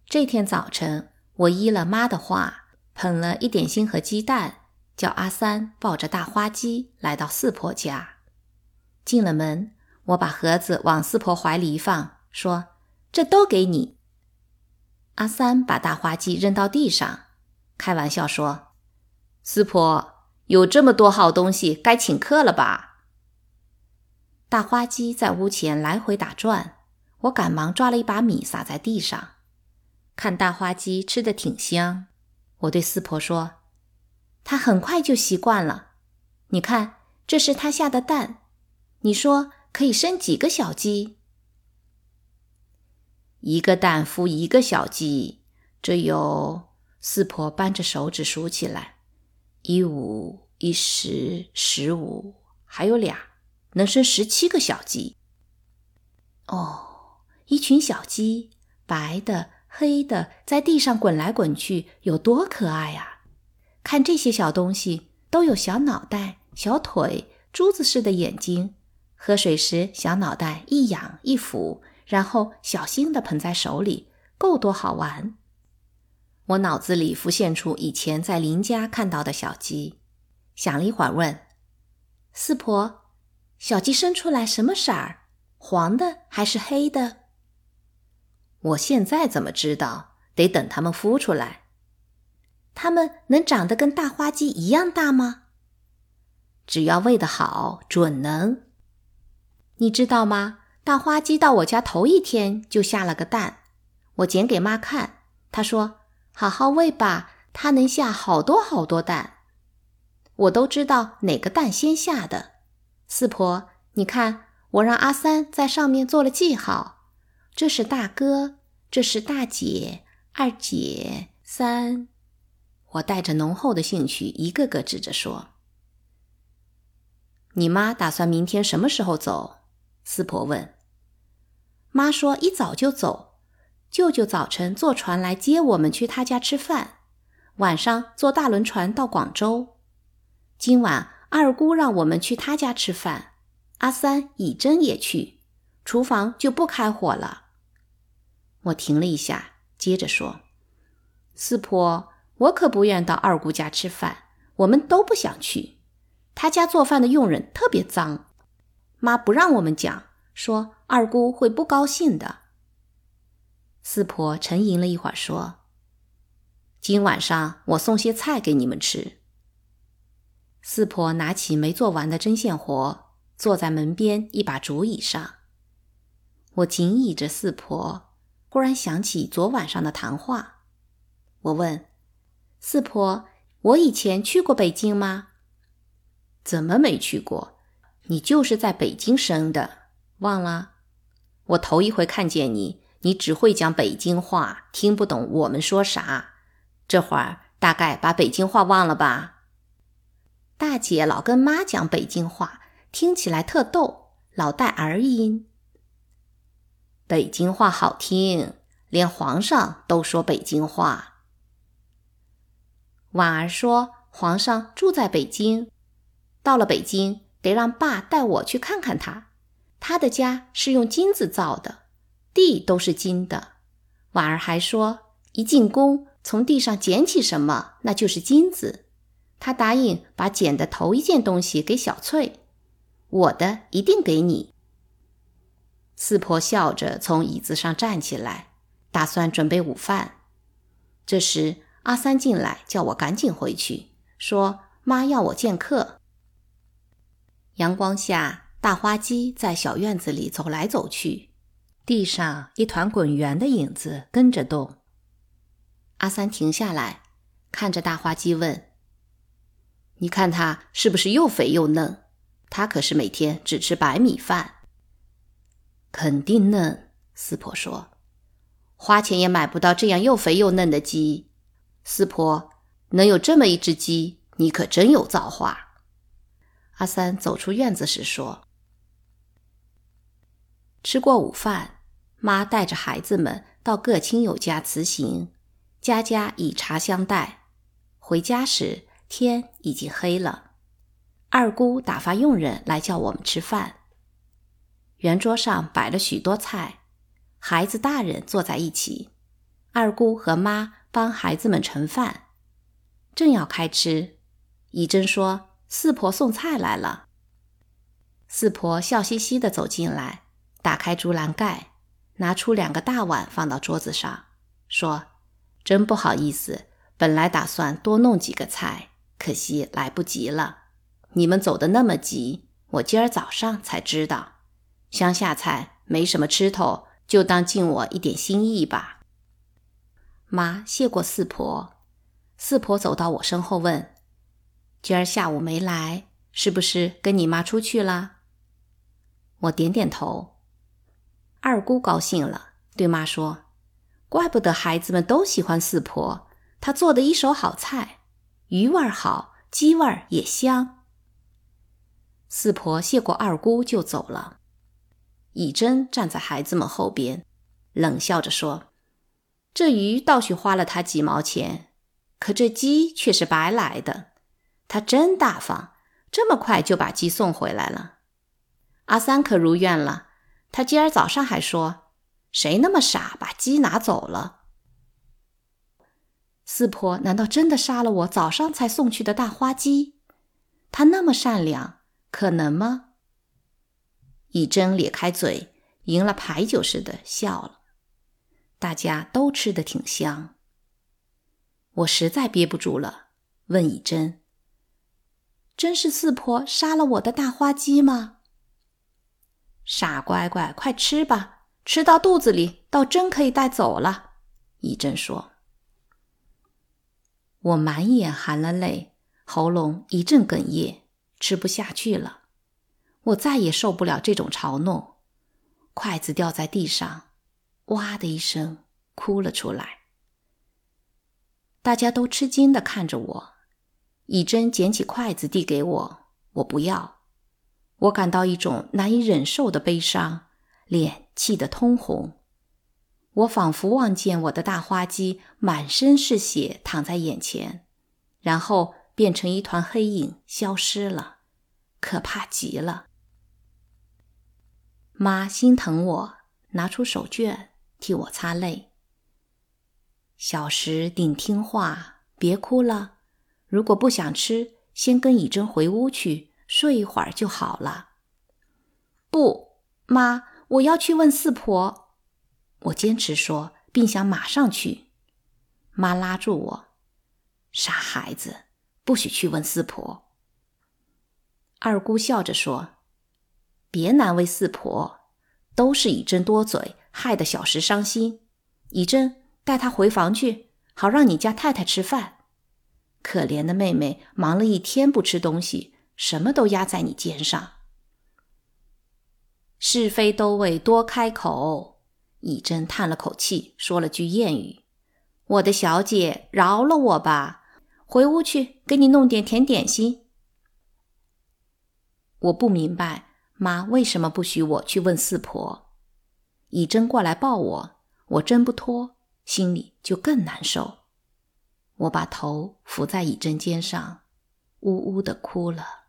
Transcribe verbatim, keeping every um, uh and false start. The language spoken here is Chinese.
这天早晨，我依了妈的话，捧了一点心和鸡蛋，叫阿三抱着大花鸡来到四婆家。进了门，我把盒子往四婆怀里一放，说：这都给你。阿三把大花鸡扔到地上，开玩笑说：四婆，有这么多好东西，该请客了吧？大花鸡在屋前来回打转，我赶忙抓了一把米撒在地上。看大花鸡吃得挺香，我对四婆说：它很快就习惯了，你看，这是它下的蛋，你说可以生几个小鸡？一个蛋孵一个小鸡，这有……四婆扳着手指数起来，一五一十十五，还有俩，能生十七个小鸡。哦，一群小鸡，白的黑的，在地上滚来滚去，有多可爱啊！看这些小东西，都有小脑袋、小腿、珠子似的眼睛，喝水时小脑袋一仰一俯，然后小心地捧在手里，够多好玩。我脑子里浮现出以前在邻家看到的小鸡，想了一会儿问：四婆，小鸡生出来什么色儿？黄的还是黑的？我现在怎么知道？得等它们孵出来。它们能长得跟大花鸡一样大吗？只要喂得好，准能。你知道吗？大花鸡到我家头一天就下了个蛋，我捡给妈看，她说：好好喂吧，它能下好多好多蛋。我都知道哪个蛋先下的。四婆，你看，我让阿三在上面做了记号，这是大哥，这是大姐，二姐，三……我带着浓厚的兴趣一个个指着说。你妈打算明天什么时候走？四婆问。妈说一早就走，舅舅早晨坐船来接我们去他家吃饭，晚上坐大轮船到广州。今晚二姑让我们去他家吃饭，阿三、以真也去，厨房就不开火了。我停了一下，接着说：四婆，我可不愿到二姑家吃饭，我们都不想去。他家做饭的佣人特别脏，妈不让我们讲，说二姑会不高兴的。四婆沉吟了一会儿说：今晚上我送些菜给你们吃。四婆拿起没做完的针线活，坐在门边一把竹椅上。我紧倚着四婆，忽然想起昨晚上的谈话。我问：四婆，我以前去过北京吗？怎么没去过？你就是在北京生的，忘了？我头一回看见你，你只会讲北京话，听不懂我们说啥。这会儿大概把北京话忘了吧？大姐老跟妈讲北京话，听起来特逗，老带儿音。北京话好听，连皇上都说北京话。婉儿说皇上住在北京，到了北京得让爸带我去看看他，他的家是用金子造的，地都是金的。婉儿还说一进宫从地上捡起什么那就是金子，他答应把捡的头一件东西给小翠，我的一定给你。四婆笑着从椅子上站起来，打算准备午饭。这时阿三进来叫我赶紧回去，说妈要我见客。阳光下，大花鸡在小院子里走来走去，地上一团滚圆的影子跟着动。阿三停下来，看着大花鸡问：你看它是不是又肥又嫩？它可是每天只吃白米饭。肯定嫩，四婆说，花钱也买不到这样又肥又嫩的鸡。四婆，能有这么一只鸡，你可真有造化。阿三走出院子时说。吃过午饭，妈带着孩子们到各亲友家辞行，家家以茶相待。回家时天已经黑了，二姑打发佣人来叫我们吃饭。圆桌上摆了许多菜，孩子大人坐在一起。 二姑和妈帮孩子们盛饭，正要开吃，以真说四婆送菜来了。四婆笑嘻嘻地走进来，打开竹篮盖，拿出两个大碗放到桌子上，说：真不好意思，本来打算多弄几个菜，可惜来不及了。你们走得那么急，我今儿早上才知道。乡下菜没什么吃头，就当尽我一点心意吧。妈谢过四婆。四婆走到我身后问：今儿下午没来，是不是跟你妈出去了？我点点头。二姑高兴了，对妈说：怪不得孩子们都喜欢四婆，她做的一手好菜，鱼味好，鸡味也香。四婆谢过二姑就走了。以真站在孩子们后边，冷笑着说：这鱼倒许花了他几毛钱，可这鸡却是白来的。他真大方，这么快就把鸡送回来了。阿三可如愿了，他今儿早上还说：谁那么傻把鸡拿走了？四婆难道真的杀了我早上才送去的大花鸡？她那么善良，可能吗？以真咧开嘴，赢了牌九似的笑了。大家都吃得挺香。我实在憋不住了，问以真：真是四婆杀了我的大花鸡吗？傻乖乖，快吃吧，吃到肚子里倒真可以带走了。以真说。我满眼含了泪，喉咙一阵哽咽，吃不下去了。我再也受不了这种嘲弄，筷子掉在地上，哇的一声哭了出来。大家都吃惊地看着我。以真捡起筷子递给我，我不要。我感到一种难以忍受的悲伤，脸气得通红。我仿佛望见我的大花鸡满身是血躺在眼前，然后变成一团黑影消失了，可怕极了。妈心疼我，拿出手绢替我擦泪。小时顶听话，别哭了。如果不想吃，先跟以真回屋去，睡一会儿就好了。不，妈，我要去问四婆。我坚持说，并想马上去。妈拉住我：傻孩子，不许去问四婆。二姑笑着说：别难为四婆，都是以真多嘴，害得小时伤心。以真，带她回房去，好让你家太太吃饭。可怜的妹妹忙了一天不吃东西，什么都压在你肩上。是非都为多开口。以真叹了口气，说了句谚语：我的小姐，饶了我吧，回屋去给你弄点甜点心。我不明白妈为什么不许我去问四婆。以真过来抱我，我挣不脱，心里就更难受。我把头伏在以真肩上，呜呜地哭了。